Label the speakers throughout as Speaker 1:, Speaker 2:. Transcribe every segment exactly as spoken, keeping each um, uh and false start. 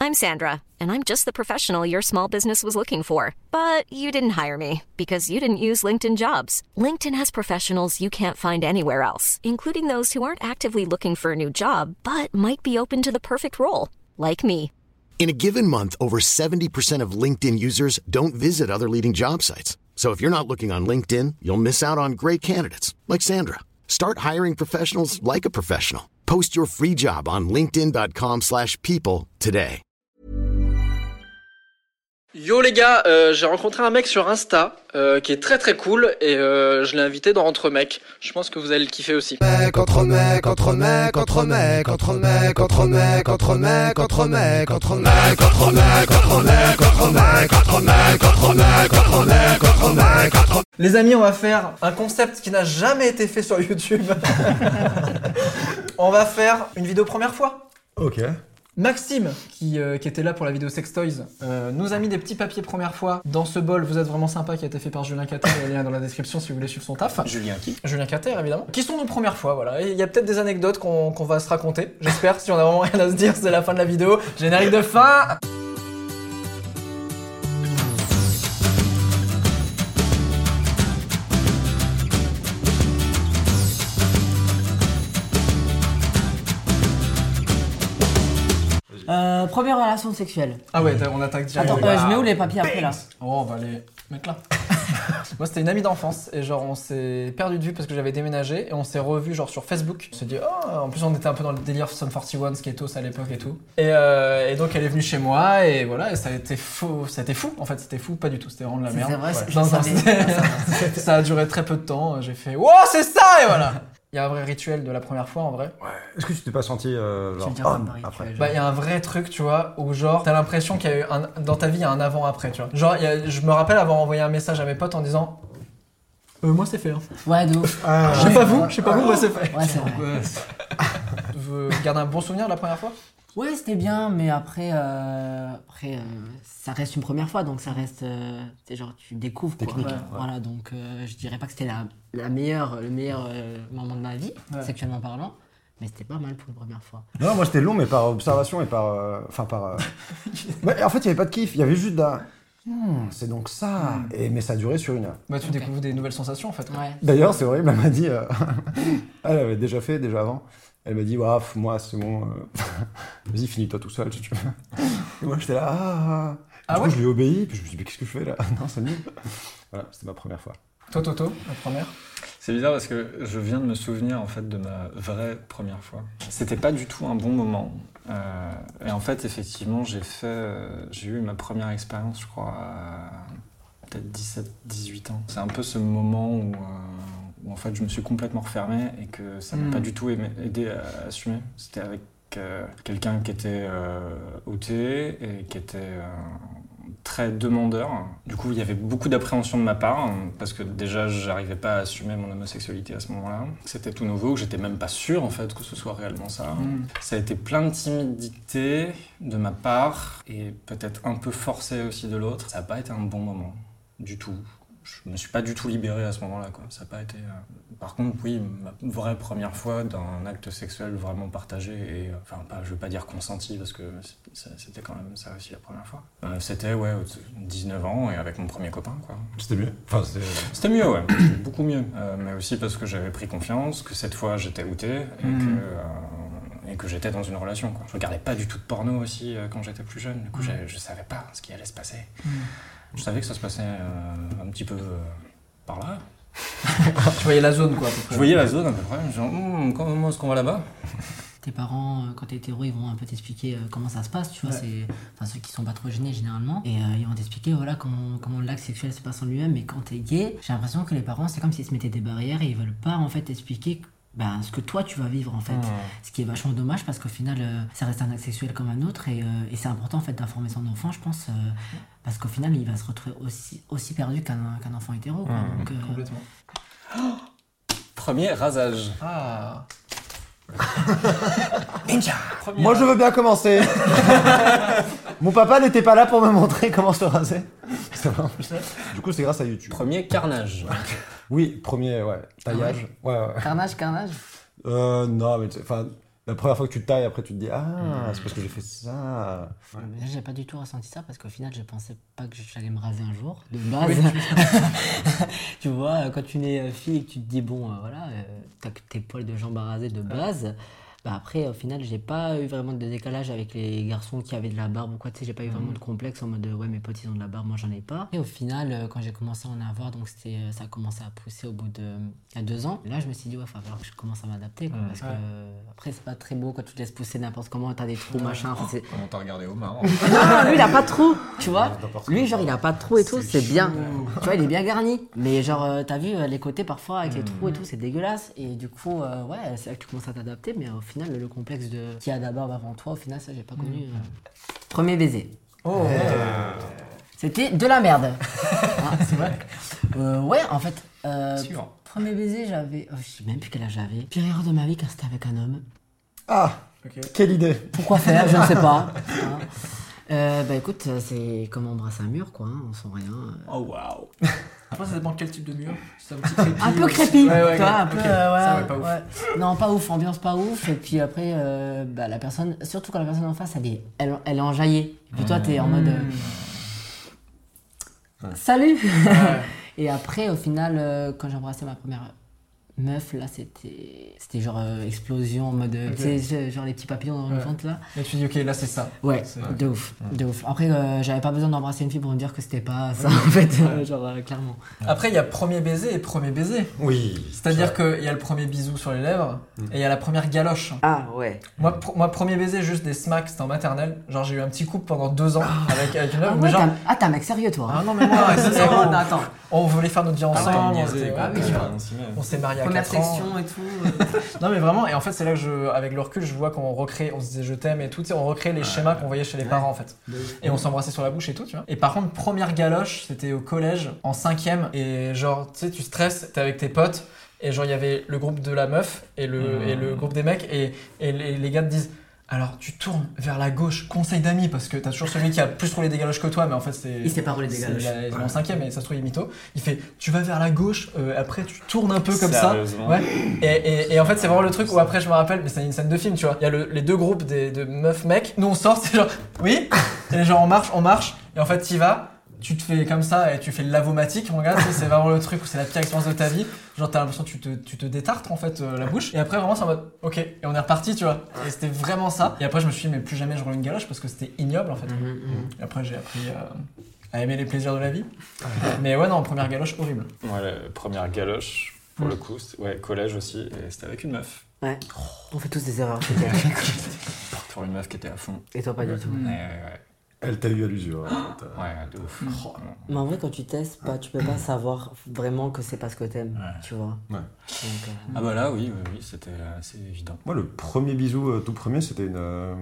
Speaker 1: I'm Sandra, and I'm just the professional your small business was looking for. But you didn't hire me because you didn't use LinkedIn Jobs. LinkedIn has professionals you can't find anywhere else, including those who aren't actively looking for a new job, but might be open to the perfect role, like me.
Speaker 2: In a given month, over seventy percent of LinkedIn users don't visit other leading job sites. So if you're not looking on LinkedIn, you'll miss out on great candidates like Sandra. Start hiring professionals like a professional. Post your free job on linkedin.com slash people today.
Speaker 3: Yo les gars, euh, j'ai rencontré un mec sur Insta euh, qui est très très cool et euh, je l'ai invité dans Entre Mecs. Je pense que vous allez le kiffer aussi.
Speaker 4: Mec, entre mecs, entre mecs, entre mecs, entre mecs, entre mecs, entre mecs, entre mecs, entre mecs, entre mecs, entre mecs, entre mecs, entre mecs, entre mecs, entre mecs, entre mecs, entre.
Speaker 3: Les amis, on va faire un concept qui n'a jamais été fait sur YouTube. On va faire une vidéo première fois.
Speaker 5: Ok.
Speaker 3: Maxime, qui, euh, qui était là pour la vidéo Sex Toys, euh, nous a mis des petits papiers première fois dans ce bol. Vous êtes vraiment sympa, qui a été fait par Julien Cater. Il y a le lien dans la description si vous voulez suivre son taf.
Speaker 5: Julien qui
Speaker 3: Julien Cater, évidemment. Qui sont nos premières fois, voilà. Et il y a peut-être des anecdotes qu'on qu'on va se raconter. J'espère, si on a vraiment rien à se dire, c'est la fin de la vidéo. Générique de fin.
Speaker 6: Euh, première relation sexuelle.
Speaker 3: Ah ouais, on attaque direct.
Speaker 6: Attends, euh, je mets où les papiers après là?
Speaker 3: Oh, on va les mettre là. Moi, c'était une amie d'enfance et genre on s'est perdu de vue parce que j'avais déménagé et on s'est revu genre sur Facebook. On s'est dit, oh, en plus on était un peu dans le délire Sum quarante et un, Skatos à l'époque et tout. Et, euh, et donc elle est venue chez moi et voilà, et ça a été fou. Ça a été fou en fait, c'était fou, pas du tout, c'était vraiment de la merde.
Speaker 6: C'est vrai,
Speaker 3: ouais.
Speaker 6: je
Speaker 3: Non,
Speaker 6: savais.
Speaker 3: Ça a duré très peu de temps. J'ai fait, wow, c'est ça et voilà. Il y a un vrai rituel de la première fois en vrai.
Speaker 5: Ouais. Est-ce que tu t'es pas senti euh, genre
Speaker 6: dire
Speaker 5: homme
Speaker 6: pareil,
Speaker 5: après?
Speaker 3: Bah il y a un vrai truc tu vois où genre t'as l'impression qu'il y a eu un, dans ta vie il y a un avant après tu vois. Genre y a, je me rappelle avoir envoyé un message à mes potes en disant euh, moi c'est fait hein.
Speaker 6: Ouais de ouf.
Speaker 5: Ah,
Speaker 3: Je sais pas vous, je sais pas vous, moi c'est fait.
Speaker 6: Ouais c'est vrai.
Speaker 3: Vous gardez un bon souvenir de la première fois?
Speaker 6: Ouais c'était bien mais après euh, après euh, ça reste une première fois donc ça reste euh, c'est genre tu découvres quoi.
Speaker 5: Technique,
Speaker 6: Ouais.
Speaker 5: ouais.
Speaker 6: Voilà donc euh, je dirais pas que c'était la, la meilleure le meilleur euh, moment de ma vie
Speaker 3: Ouais.
Speaker 6: sexuellement parlant mais c'était pas mal pour une première fois.
Speaker 5: Non, moi c'était long, mais par observation et par. euh, Enfin, par. euh, ouais, en fait, il n'y avait pas de kiff, il y avait juste d'un. Hmm, c'est donc ça. Et, mais ça a duré sur une heure.
Speaker 3: Bah tu
Speaker 6: Ok.
Speaker 3: découvres des nouvelles sensations en fait. Quoi.
Speaker 6: Ouais.
Speaker 5: D'ailleurs, c'est horrible, elle m'a dit. euh, Elle avait déjà fait, déjà avant. Elle m'a dit, ouais, pff, moi, c'est bon. euh, Vas-y, finis-toi tout seul si tu veux. Et moi, j'étais là. Ah, ah.
Speaker 3: Ah
Speaker 5: Du coup,
Speaker 3: ouais
Speaker 5: je lui ai obéi, puis je me suis dit, mais qu'est-ce que je fais là? Non, c'est nul. Voilà, c'était ma première fois.
Speaker 3: Toi Toto, la première?
Speaker 7: C'est bizarre parce que je viens de me souvenir en fait de ma vraie première fois. C'était pas du tout un bon moment. Euh, et en fait, effectivement, j'ai fait, euh, j'ai eu ma première expérience, je crois, à peut-être dix-sept dix-huit ans. C'est un peu ce moment où, euh, où en fait je me suis complètement refermé et que ça m'a
Speaker 3: Mm.
Speaker 7: pas du tout aimé- aidé à assumer. C'était avec euh, quelqu'un qui était euh, O T et qui était euh, très demandeur. Du coup, il y avait beaucoup d'appréhension de ma part, parce que déjà, j'arrivais pas à assumer mon homosexualité à ce moment-là. C'était tout nouveau, que j'étais même pas sûr, en fait, que ce soit réellement ça.
Speaker 3: Mm.
Speaker 7: Ça a été plein de timidité de ma part, et peut-être un peu forcé aussi de l'autre. Ça n'a pas été un bon moment, du tout. Je me suis pas du tout libéré à ce moment-là, quoi. Ça a pas été... euh, Par contre, oui, ma vraie première fois d'un acte sexuel vraiment partagé, et... euh, Enfin, pas, je veux pas dire consenti, parce que c'est- c'était quand même ça aussi la première fois. Euh, C'était, ouais, dix-neuf ans, et avec mon premier copain, quoi.
Speaker 5: C'était mieux. Enfin, c'était.
Speaker 7: C'était mieux, ouais. C'était beaucoup mieux. Euh, mais aussi parce que j'avais pris confiance, que cette fois j'étais outé, et
Speaker 3: Mm.
Speaker 7: que... euh, et que j'étais dans une relation, quoi. Je regardais pas du tout de porno aussi euh, quand j'étais plus jeune. Du coup,
Speaker 3: Mm.
Speaker 7: je, je savais pas ce qui allait se passer.
Speaker 3: Mm.
Speaker 7: Je savais que ça se passait euh, un petit peu euh, par là.
Speaker 3: Tu voyais la zone quoi à peu près.
Speaker 7: Je voyais la zone à peu près. Genre, Hum, comment est-ce qu'on va là-bas?
Speaker 6: Tes parents, euh, quand t'es hétéro, ils vont un peu t'expliquer euh, comment ça se passe, tu vois,
Speaker 3: Ouais.
Speaker 6: c'est... Enfin, ceux qui sont pas trop gênés, généralement. Et euh, ils vont t'expliquer, voilà, comment, comment l'acte sexuel se passe en lui-même. Mais quand t'es gay, j'ai l'impression que les parents, c'est comme s'ils se mettaient des barrières et ils veulent pas, en fait, t'expliquer ben, ce que toi, tu vas vivre, en fait.
Speaker 7: Hum.
Speaker 6: Ce qui est vachement dommage, parce qu'au final, euh, ça reste un acte sexuel comme un autre. Et, euh, et c'est important, en fait, d'informer son enfant, je pense. euh, parce qu'au final, il va se retrouver aussi, aussi perdu qu'un, qu'un enfant hétéro, quoi.
Speaker 7: Hum,
Speaker 6: Donc, euh,
Speaker 3: Complètement.
Speaker 7: Premier rasage.
Speaker 3: Ah.
Speaker 7: Premier
Speaker 5: Moi, je veux bien commencer. Mon papa n'était pas là pour me montrer comment se raser. C'est vrai, en plus. Du coup, c'est grâce à YouTube.
Speaker 7: Premier carnage.
Speaker 5: Oui, premier, ouais. Taillage. Ouais, ouais.
Speaker 6: Carnage, carnage.
Speaker 5: Euh, non, mais tu sais, enfin, La première fois que tu te tailles, après tu te dis ah c'est parce que j'ai fait ça.
Speaker 6: Ouais. Mais là, j'ai pas du tout ressenti ça parce qu'au final, je pensais pas que j'allais me raser un jour, de base.
Speaker 3: Oui.
Speaker 6: Tu vois, quand tu es fille et que tu te dis bon, euh, voilà, euh, t'as que tes poils de jambes à raser de base. Bah après, au final, j'ai pas eu vraiment de décalage avec les garçons qui avaient de la barbe ou quoi. Tu sais, j'ai pas eu vraiment de complexe en mode de, ouais, mes potes ils ont de la barbe, moi j'en ai pas. Et au final, euh, quand j'ai commencé à en avoir, donc c'était, ça a commencé à pousser au bout de. Il y a deux ans. Et là, je me suis dit, ouais, il va falloir que je commence à m'adapter. Quoi,
Speaker 3: Mmh.
Speaker 6: parce
Speaker 3: Ouais.
Speaker 6: que euh, après, c'est pas très beau quand tu te laisses pousser n'importe comment, t'as des trous, machin. Enfin, c'est...
Speaker 8: Comment t'as regardé Omar?
Speaker 6: Non, lui il a pas de trous, tu vois.
Speaker 5: n'importe
Speaker 6: Lui,
Speaker 5: quoi.
Speaker 6: genre, il a pas de trous et tout, c'est bien. Tu vois, il est bien garni. Mais genre, euh, t'as vu euh, les côtés parfois avec les trous et tout, c'est dégueulasse. Et du coup, euh, ouais, c'est là que tu commences à t'adapter. Mais au final, le, le complexe de qui a d'abord avant toi, au final, ça, j'ai pas connu. euh. Premier baiser.
Speaker 3: Oh,
Speaker 6: C'était de la merde. Hein, c'est vrai. Euh, ouais, en fait. Euh,
Speaker 8: Sûr.
Speaker 6: Premier baiser, j'avais. Oh, je sais même plus quel âge j'avais. Pire erreur de ma vie quand c'était avec un homme.
Speaker 5: Ah
Speaker 3: ok.
Speaker 5: quelle idée.
Speaker 6: Pourquoi faire? Je ne sais pas. Hein. Euh, bah écoute, c'est comme embrasser un mur, quoi. Hein, on sent rien.
Speaker 7: Oh waouh.
Speaker 3: Après, ça dépend quel type de mur. C'est un petit crépi.
Speaker 6: Un peu
Speaker 3: ou-
Speaker 6: crépi,
Speaker 3: Ouais, ouais,
Speaker 6: tu vois, un
Speaker 3: ok.
Speaker 6: peu,
Speaker 3: Ok.
Speaker 6: euh, ouais,
Speaker 3: Ça, ouais, pas ouf.
Speaker 6: ouais. Non, pas ouf, ambiance pas ouf. Et puis après, euh, bah, la personne, surtout quand la personne en face, elle est, elle, elle est enjaillée. Et puis toi, t'es en mode. euh, Salut.
Speaker 3: Ouais.
Speaker 6: Et après, au final, euh, quand j'ai embrassé ma première meuf, là, c'était, c'était genre euh, explosion en mode, euh,
Speaker 3: Ok.
Speaker 6: tu sais, genre les petits papillons dans le
Speaker 3: Ouais.
Speaker 6: ventre là.
Speaker 3: Et tu dis, ok, là, c'est ça.
Speaker 6: Ouais,
Speaker 3: C'est-
Speaker 6: de ouf, de ouf. Après, euh, j'avais pas besoin d'embrasser une fille pour me dire que c'était pas ça, en fait, euh, genre euh, clairement.
Speaker 3: Après, il y a premier baiser et premier baiser.
Speaker 5: Oui.
Speaker 3: C'est-à-dire qu'il y a le premier bisou sur les lèvres et il y a la première galoche.
Speaker 6: Ah ouais.
Speaker 3: Moi, pr- moi, premier baiser, juste des smacks, c'était en maternelle. Genre, j'ai eu un petit couple pendant deux ans avec, avec une meuf.
Speaker 6: Ah,
Speaker 3: mais
Speaker 6: ouais,
Speaker 3: genre,
Speaker 6: t'as- ah, t'es un mec sérieux, toi.
Speaker 3: ah non, mais moi, c'est-
Speaker 6: Non,
Speaker 3: on,
Speaker 6: non, attends.
Speaker 3: on voulait faire notre vie ensemble. on, était-
Speaker 6: Ah oui,
Speaker 3: ouais,
Speaker 6: je
Speaker 3: on-
Speaker 7: On s'y met.
Speaker 3: on s'est mariés à
Speaker 6: Première
Speaker 3: quatre ans.
Speaker 6: section et tout. euh.
Speaker 3: Non, mais vraiment, et en fait, c'est là que je, avec le recul, je vois qu'on recrée, on se disait je t'aime et tout, tu sais, on recrée les schémas qu'on voyait chez les parents en fait. Et on s'embrassait sur la bouche et tout, tu vois. Et par contre, première galoche, c'était au collège, en cinquième, et genre, tu sais, tu stresses, t'es avec tes potes, et genre, il y avait le groupe de la meuf et le,
Speaker 7: Mmh.
Speaker 3: et le groupe des mecs, et, et les, les gars te disent. Alors, tu tournes vers la gauche, conseil d'amis, parce que t'as toujours celui qui a plus roulé des galoches que toi, mais en fait, c'est.
Speaker 6: Il s'est pas roulé des
Speaker 3: c'est-
Speaker 6: galoches.
Speaker 3: Il est en cinquième, et ça se trouve, il est mytho. Il fait, tu vas vers la gauche, euh, après, tu tournes un peu comme ça.
Speaker 7: Sérieusement.
Speaker 3: Ouais. Et, et, et en fait, c'est vraiment le truc où après, je me rappelle, mais c'est une scène de film, tu vois. Il y a le- les deux groupes des, de meufs, mecs. Nous, on sort, c'est genre, oui. Et genre, on marche, on marche. Et en fait, t'y vas. Tu te fais comme ça et tu fais le lavomatique, mon gars, tu sais, c'est vraiment le truc où c'est la pire expérience de ta vie. Genre, t'as l'impression que tu te, tu te détartres en fait euh, la bouche. Et après, vraiment, c'est en mode, ok, et on est reparti, tu vois. Et c'était vraiment ça. Et après, je me suis dit, mais plus jamais je roule une galoche parce que c'était ignoble en fait. Et après, j'ai appris euh, à aimer les plaisirs de la vie. Mais ouais, non, première galoche, horrible.
Speaker 7: Ouais, la première galoche, pour le coup, c'était- ouais, collège aussi, et c'était avec une meuf.
Speaker 6: Ouais. On fait tous des erreurs, peut-être.
Speaker 7: Pour une meuf qui était à fond.
Speaker 6: Et toi, pas du tout.
Speaker 7: Ouais, ouais,
Speaker 5: Elle t'a eu à l'usure.
Speaker 7: ouais. Ouais, de ouf. Oh,
Speaker 6: Mais en vrai, quand tu testes, bah, tu peux pas savoir vraiment que c'est pas ce que t'aimes,
Speaker 7: Ouais.
Speaker 6: tu vois.
Speaker 5: Ouais.
Speaker 6: Donc, euh,
Speaker 7: Ah bah là, oui, oui, oui, c'était assez évident.
Speaker 5: Moi, le premier bisou, euh, tout premier, c'était une. euh,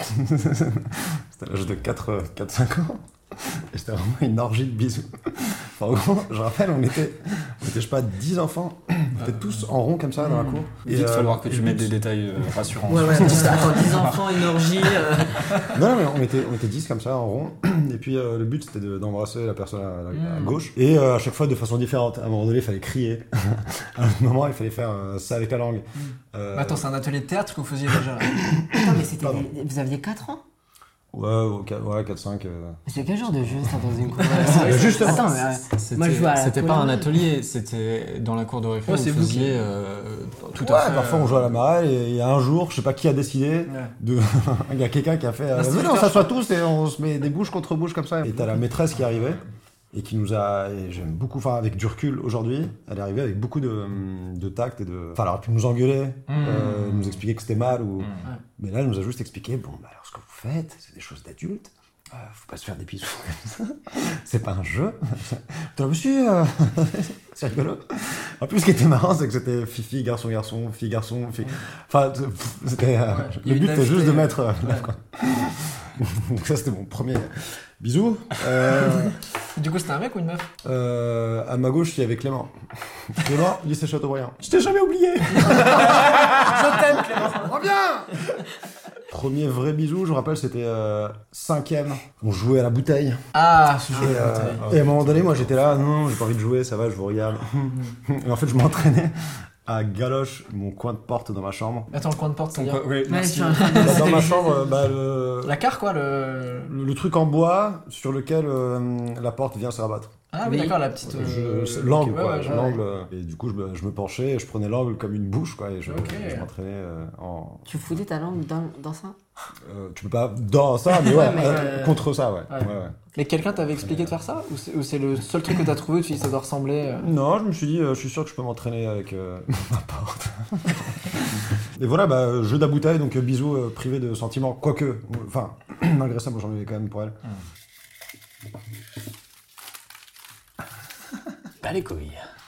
Speaker 5: c'était à l'âge de quatre cinq ans. Et c'était vraiment une orgie de bisous. Enfin, en gros, je rappelle, on était, on était, je sais pas, dix enfants. On était tous en rond comme ça dans la cour.
Speaker 7: Il va
Speaker 5: euh,
Speaker 7: falloir que
Speaker 5: et
Speaker 7: tu
Speaker 5: le
Speaker 7: mettes
Speaker 5: but-
Speaker 7: des détails euh, rassurants.
Speaker 6: Ouais, ouais, dix, attends, dix enfants, une orgie. euh.
Speaker 5: Non, non, mais on était, on était dix comme ça en rond. Et puis euh, le but c'était de- d'embrasser la personne à, la- à
Speaker 3: Mm.
Speaker 5: gauche. Et euh, à chaque fois de façon différente. À un moment donné, il fallait crier. À un autre moment, il fallait faire euh, ça avec la langue. Euh,
Speaker 3: Mais attends, c'est un atelier de théâtre que vous faisiez déjà là.
Speaker 6: Attends, mais c'était.
Speaker 5: Pardon.
Speaker 6: des- Vous aviez quatre ans?
Speaker 5: Ouais, ouais, quatre cinq. Euh...
Speaker 6: Mais c'est quel genre de jeu ça dans une cour?
Speaker 5: Mais justement.
Speaker 6: Attends, mais, euh,
Speaker 8: C'était,
Speaker 6: moi je joue à la
Speaker 8: c'était pas un
Speaker 6: colonne.
Speaker 8: atelier, c'était dans la cour de récré.
Speaker 3: Ouais,
Speaker 8: vous
Speaker 3: c'est vous qui-
Speaker 8: faisiez euh, tout
Speaker 5: Ouais,
Speaker 8: à fait.
Speaker 5: parfois on joue à la marelle et il y a un jour, je sais pas qui a décidé,
Speaker 3: Ouais.
Speaker 5: de... il y a quelqu'un qui a fait euh,
Speaker 3: L'instituteur.
Speaker 5: venez on s'assoit tous et on se met des bouches contre bouches comme ça. Et t'as la maîtresse qui est arrivée et qui nous a, et j'aime beaucoup, enfin avec du recul aujourd'hui, elle est arrivée avec beaucoup de, de tact et de... Enfin elle aurait pu nous engueuler, euh, nous expliquer que c'était mal, ou... mais là elle nous a juste expliqué, bon bah alors ce que vous faites, c'est des choses d'adultes. Euh, faut pas se faire des bisous comme ça. C'est pas un jeu. Putain, monsieur, euh, c'est rigolo. En plus, ce qui était marrant, c'est que c'était fifi, garçon, garçon, fille, garçon, fille. Enfin, pff, c'était. euh,
Speaker 3: il y a
Speaker 5: le
Speaker 3: une
Speaker 5: but, c'était juste de
Speaker 3: naïveté,
Speaker 5: mettre. euh, là, quoi. Donc, ça, c'était mon premier bisou. Euh,
Speaker 3: Du coup, c'était un mec ou une meuf?
Speaker 5: euh, à ma gauche, il y avait Clément. Clément, lycée Chateaubriand. Je t'ai jamais oublié.
Speaker 3: Je t'aime, Clément.
Speaker 5: Reviens. Premier vrai bisou, je me rappelle, c'était euh, cinquième. On jouait à la bouteille.
Speaker 3: Ah, ce jeu
Speaker 5: Et,
Speaker 3: de
Speaker 5: euh,
Speaker 3: bataille.
Speaker 5: et à un moment donné, moi j'étais là, non, j'ai pas envie de jouer, ça va, je vous regarde. Et en fait, je m'entraînais à galoche mon coin de porte dans ma chambre.
Speaker 3: Attends, le coin de porte,
Speaker 7: Ton
Speaker 3: c'est-à-dire
Speaker 7: co- oui,
Speaker 6: Ouais,
Speaker 7: merci.
Speaker 6: je suis en train de-
Speaker 5: Bah, dans ma chambre, euh, bah, le,
Speaker 3: la carre, quoi, le...
Speaker 5: le, le truc en bois sur lequel euh, la porte vient se rabattre.
Speaker 3: Ah oui,
Speaker 6: Oui.
Speaker 3: d'accord, la petite...
Speaker 5: Je-
Speaker 3: euh,
Speaker 5: c'est l'angle,
Speaker 3: ok,
Speaker 5: quoi.
Speaker 3: ouais, ouais, ouais.
Speaker 5: l'angle, euh, et du coup, je me, je me penchais et je prenais l'angle comme une bouche, quoi, et je,
Speaker 3: Ok.
Speaker 5: je m'entraînais euh, en...
Speaker 6: Tu foutais ta langue dans, dans ça?
Speaker 5: Euh, tu peux pas dans ça, mais ouais,
Speaker 6: Ouais, mais,
Speaker 5: euh,
Speaker 3: euh,
Speaker 5: contre ça, ouais.
Speaker 3: ouais.
Speaker 5: ouais, ouais.
Speaker 3: Mais quelqu'un t'avait expliqué de faire ça? Ou c'est, ou c'est le seul truc que t'as trouvé où tu dis ça doit ressembler euh...
Speaker 5: Non, je me suis dit, euh, je suis sûr que je peux m'entraîner avec euh, ma porte. Et voilà, bah, euh, jeu d'abouteille, donc euh, bisous euh, privés de sentiments, quoique, enfin, malgré ça, moi j'en avais quand même pour elle.
Speaker 7: Pas les couilles.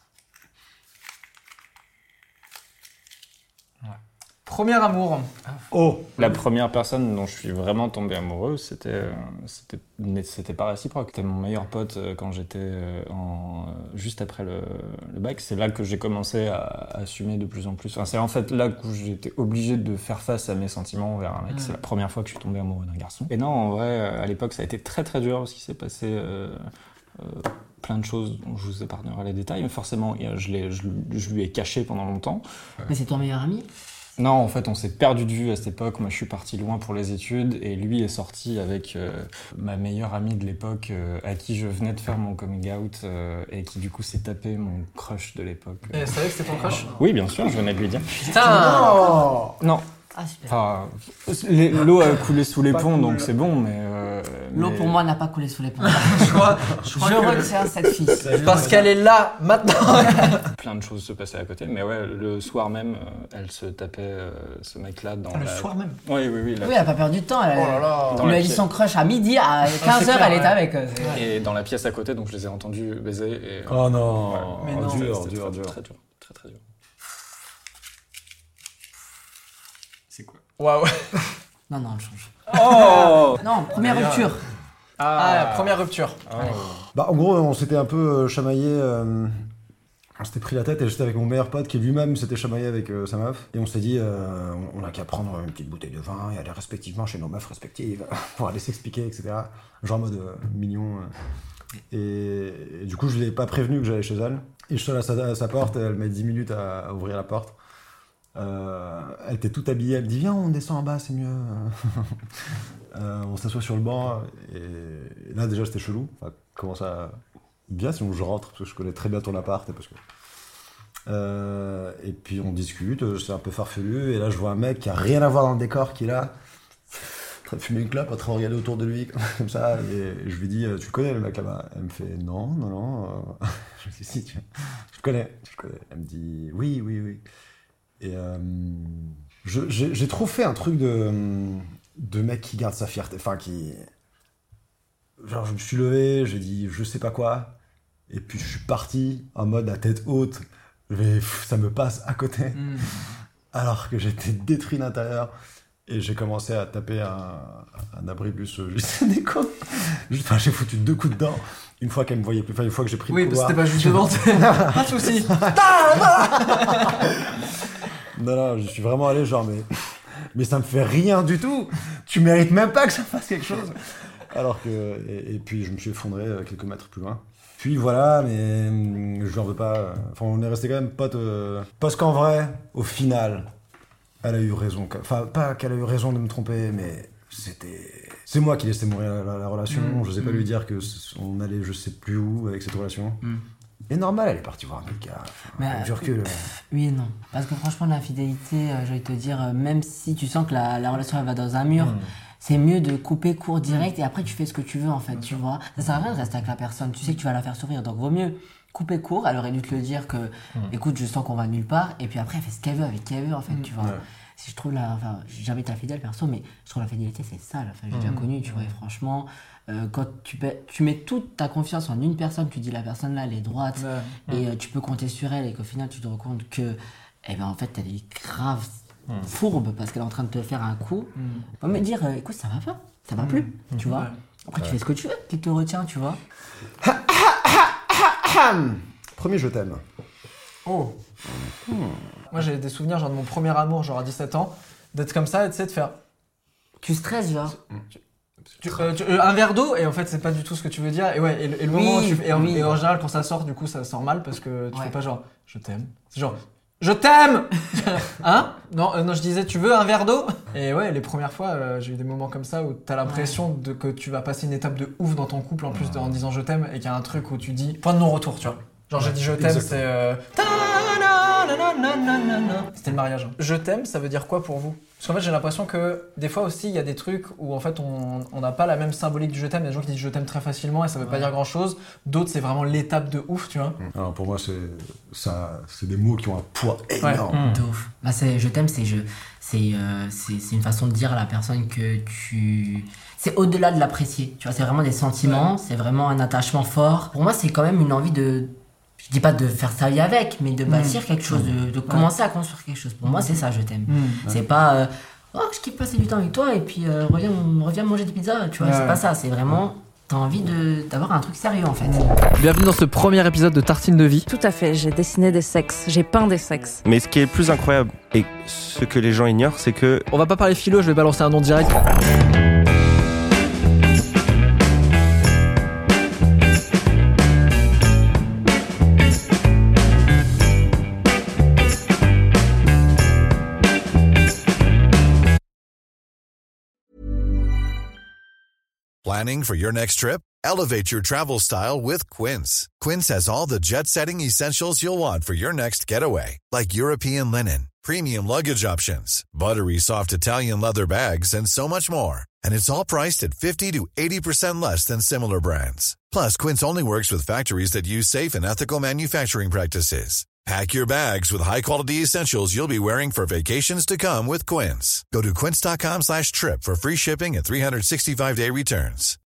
Speaker 3: Premier amour.
Speaker 5: Oh
Speaker 7: La première personne dont je suis vraiment tombé amoureux, c'était, euh, c'était, mais c'était pas réciproque. C'était mon meilleur pote euh, quand j'étais euh, en, euh, juste après le, le bac. C'est là que j'ai commencé à, à assumer de plus en plus. Enfin, c'est en fait là que j'étais obligé de faire face à mes sentiments envers un mec.
Speaker 3: Mm.
Speaker 7: C'est la première fois que je suis tombé amoureux d'un garçon. Et non, en vrai, euh, à l'époque, ça a été très très dur parce qu'il s'est passé euh, euh, plein de choses dont je vous épargnerai les détails. Mais forcément, il y a- je, l'ai, je, je lui ai caché pendant longtemps.
Speaker 6: Mais c'est ton meilleur ami?
Speaker 7: Non, en fait, on s'est perdu de vue à cette époque. Moi, je suis parti loin pour les études et lui est sorti avec euh, ma meilleure amie de l'époque euh, à qui je venais de faire mon coming out euh, et qui, du coup, s'est tapé mon crush de l'époque.
Speaker 3: Et c'est vrai que c'était ton crush?
Speaker 7: Oui, bien sûr, je venais de lui dire.
Speaker 3: Putain!
Speaker 7: Non,
Speaker 6: Ah, super.
Speaker 7: enfin, les- l'eau a coulé sous les
Speaker 5: Pas
Speaker 7: ponts,
Speaker 5: cool.
Speaker 7: donc c'est bon, mais... euh,
Speaker 6: L'eau
Speaker 7: mais-
Speaker 6: pour moi n'a pas coulé sous les ponts.
Speaker 3: Je crois, je
Speaker 6: Je
Speaker 3: crois que...
Speaker 6: retiens cette fille. Je
Speaker 3: Parce
Speaker 6: retiens.
Speaker 3: qu'elle est là, maintenant!
Speaker 7: Plein de choses se passaient à côté, mais ouais, le soir même, euh, elle se tapait euh, ce mec-là dans
Speaker 3: Le
Speaker 7: la...
Speaker 3: soir même.
Speaker 7: Oui, oui, oui. la-
Speaker 6: Oui, elle a pas perdu de temps. Elle,
Speaker 3: Oh là là!
Speaker 7: Dans
Speaker 6: on lui
Speaker 7: la
Speaker 6: a dit
Speaker 7: pièce.
Speaker 6: son crush à midi, à quinze heures,
Speaker 3: clair,
Speaker 6: elle était
Speaker 3: ouais.
Speaker 6: avec. euh, c'est-
Speaker 7: Et dans la pièce à côté, donc je les ai entendus baiser. Et,
Speaker 5: Oh non
Speaker 7: Ouais.
Speaker 3: Mais
Speaker 5: Oh,
Speaker 3: non.
Speaker 5: dur,
Speaker 7: C'était
Speaker 5: dur,
Speaker 7: très,
Speaker 5: dur.
Speaker 7: Très dur, très très dur. C'est quoi?
Speaker 3: Waouh!
Speaker 6: Non, non, elle change.
Speaker 7: Oh
Speaker 6: Non, première rupture.
Speaker 3: Ah, première rupture.
Speaker 5: Bah, en gros, on s'était un peu euh, chamaillé. euh, on s'était pris la tête et j'étais avec mon meilleur pote qui lui-même s'était chamaillé avec euh, sa meuf. Et on s'est dit, euh, on on a qu'à prendre une petite bouteille de vin et aller respectivement chez nos meufs respectives pour aller s'expliquer, et cetera. Genre en mode euh, mignon. euh. Et, et du coup, je l'ai pas prévenu que j'allais chez elle. Et je sonne à sa, à sa porte et elle met dix minutes à, à ouvrir la porte. Euh, elle était toute habillée, elle me dit viens on descend en bas c'est mieux. Euh, on s'assoit sur le banc et là déjà c'était chelou. Enfin, comment ça bien sinon je rentre parce que je connais très bien ton appart et parce que euh, et puis on discute, c'est un peu farfelu et là je vois un mec qui a rien à voir dans le décor qui est là en train de fumer une clope, en train de regarder autour de lui comme ça et je lui dis tu le connais le mec là-bas? Elle me fait non non non. euh. Je me dis si tu... je le connais, je le connais. Elle me dit oui oui oui. Et euh, je- j'ai j'ai trop fait un truc de, de mec qui garde sa fierté. Enfin, qui. Genre, je me suis levé, j'ai dit je sais pas quoi. Et puis, je suis parti en mode à tête haute. Mais pff, ça me passe à côté.
Speaker 3: Mm.
Speaker 5: Alors que j'étais détruit d'intérieur. Et j'ai commencé à taper un, un abribus juste des côtes. Juste, enfin, j'ai foutu deux coups dedans. Une fois qu'elle me voyait plus. Enfin, une fois que j'ai pris
Speaker 3: Oui,
Speaker 5: le
Speaker 3: parce que
Speaker 5: couloir.
Speaker 3: c'était pas juste devant. Pas de soucis.
Speaker 5: Non, non, je suis vraiment allé genre, mais, mais ça me fait rien du tout. Tu mérites même pas que ça fasse quelque chose. Alors que, et, et puis je me suis effondré euh, quelques mètres plus loin. Puis voilà, mais hum, je lui en veux pas. Enfin, on est resté quand même potes. euh, Parce qu'en vrai, au final, elle a eu raison. Enfin, pas qu'elle a eu raison de me tromper, mais c'était. C'est moi qui laissais mourir la, la- la relation.
Speaker 3: Mmh,
Speaker 5: Je n'osais pas
Speaker 3: mmh.
Speaker 5: lui dire que c- on allait je sais plus où avec cette relation.
Speaker 3: Mmh.
Speaker 5: Et normal, elle est partie voir un mec qui a. Enfin,
Speaker 6: Mais,
Speaker 5: avec du recul. euh,
Speaker 6: Oui et non. Parce que franchement, l'infidélité, euh, j'ai envie de te dire, euh, même si tu sens que la, la relation elle va dans un mur, c'est mieux de couper court direct et après tu fais ce que tu veux en fait, tu vois. Ça sert à rien de rester avec la personne, tu sais que tu vas la faire souffrir, donc vaut mieux couper court. Elle aurait dû te le dire que, écoute, je sens qu'on va nulle part, et puis après elle fait ce qu'elle veut avec qui elle veut en fait, tu vois.
Speaker 5: Ouais.
Speaker 6: Si je trouve la, enfin, j'ai jamais été infidèle perso, mais je trouve la fidélité c'est sale. Enfin, j'ai déjà connu, tu vois. Et franchement, euh, quand tu, pa- tu mets toute ta confiance en une personne, tu dis la personne là, elle est droite
Speaker 3: Ouais.
Speaker 6: et euh, tu peux compter sur elle, et qu'au final tu te rends compte que, eh ben en fait, elle est grave fourbe parce qu'elle est en train de te faire un coup. Va me dire, euh, écoute, ça va pas, ça va plus, tu vois.
Speaker 3: Ouais.
Speaker 6: Après, tu fais ce que tu veux, qui te retient, tu vois.
Speaker 5: Premier je t'aime.
Speaker 3: Oh. Moi j'ai des souvenirs genre de mon premier amour, genre à dix-sept ans, d'être comme ça et tu sais de faire
Speaker 6: Tu stresses, genre.
Speaker 3: tu- euh, tu- euh, un verre d'eau et en fait c'est pas du tout ce que tu veux dire et ouais et, le- et le
Speaker 6: Oui,
Speaker 3: moment où tu fais- et, en,
Speaker 6: oui.
Speaker 3: et en général quand ça sort du coup ça sort mal parce que tu
Speaker 6: Ouais.
Speaker 3: fais pas genre je t'aime, c'est genre Je t'aime. Hein? Non, euh, non, je disais, tu veux un verre d'eau? Et ouais, les premières fois, euh, j'ai eu des moments comme ça où t'as l'impression de, que tu vas passer une étape de ouf dans ton couple en plus de, en disant je t'aime et qu'il y a un truc où tu dis point de non-retour, tu vois. Genre j'ai dit je t'aime, c'est... Euh... C'était le mariage. Hein. Je t'aime, ça veut dire quoi pour vous? Parce qu'en fait j'ai l'impression que des fois aussi il y a des trucs où en fait on n'a pas la même symbolique du je t'aime. Il y a des gens qui disent je t'aime très facilement et ça veut ouais. pas dire grand chose. D'autres c'est vraiment l'étape de ouf, tu vois.
Speaker 5: Alors pour moi c'est, ça, c'est des mots qui ont un poids énorme.
Speaker 6: Ouais. Mmh. De ouf. Bah, c'est, je t'aime, c'est, je, c'est, euh, c'est, c'est une façon de dire à la personne que tu... C'est au-delà de l'apprécier, tu vois. C'est vraiment des sentiments, ouais. c'est vraiment un attachement fort. Pour moi c'est quand même une envie de... Je dis pas de faire sa vie avec, mais de bâtir mmh. quelque chose, de, de commencer ouais. à construire quelque chose. Pour moi, c'est ça, je t'aime. Mmh. C'est ouais. pas euh, oh, je kiffe passer du temps avec toi et puis euh, reviens, reviens manger des pizzas, tu vois. Ouais. C'est pas ça, c'est vraiment t'as envie de, d'avoir un truc sérieux en fait.
Speaker 3: Bienvenue dans ce premier épisode de Tartine de vie.
Speaker 9: Tout à fait, j'ai dessiné des sexes, j'ai peint des sexes.
Speaker 10: Mais ce qui est le plus incroyable et ce que les gens ignorent, c'est que.
Speaker 3: On va pas parler philo, je vais balancer un nom direct.
Speaker 11: Planning for your next trip? Elevate your travel style with Quince. Quince has all the jet-setting essentials you'll want for your next getaway, like European linen, premium luggage options, buttery soft Italian leather bags, and so much more. And it's all priced at fifty to eighty percent less than similar brands. Plus, Quince only works with factories that use safe and ethical manufacturing practices. Pack your bags with high-quality essentials you'll be wearing for vacations to come with Quince. Go to quince.com slash trip for free shipping and three sixty-five day returns.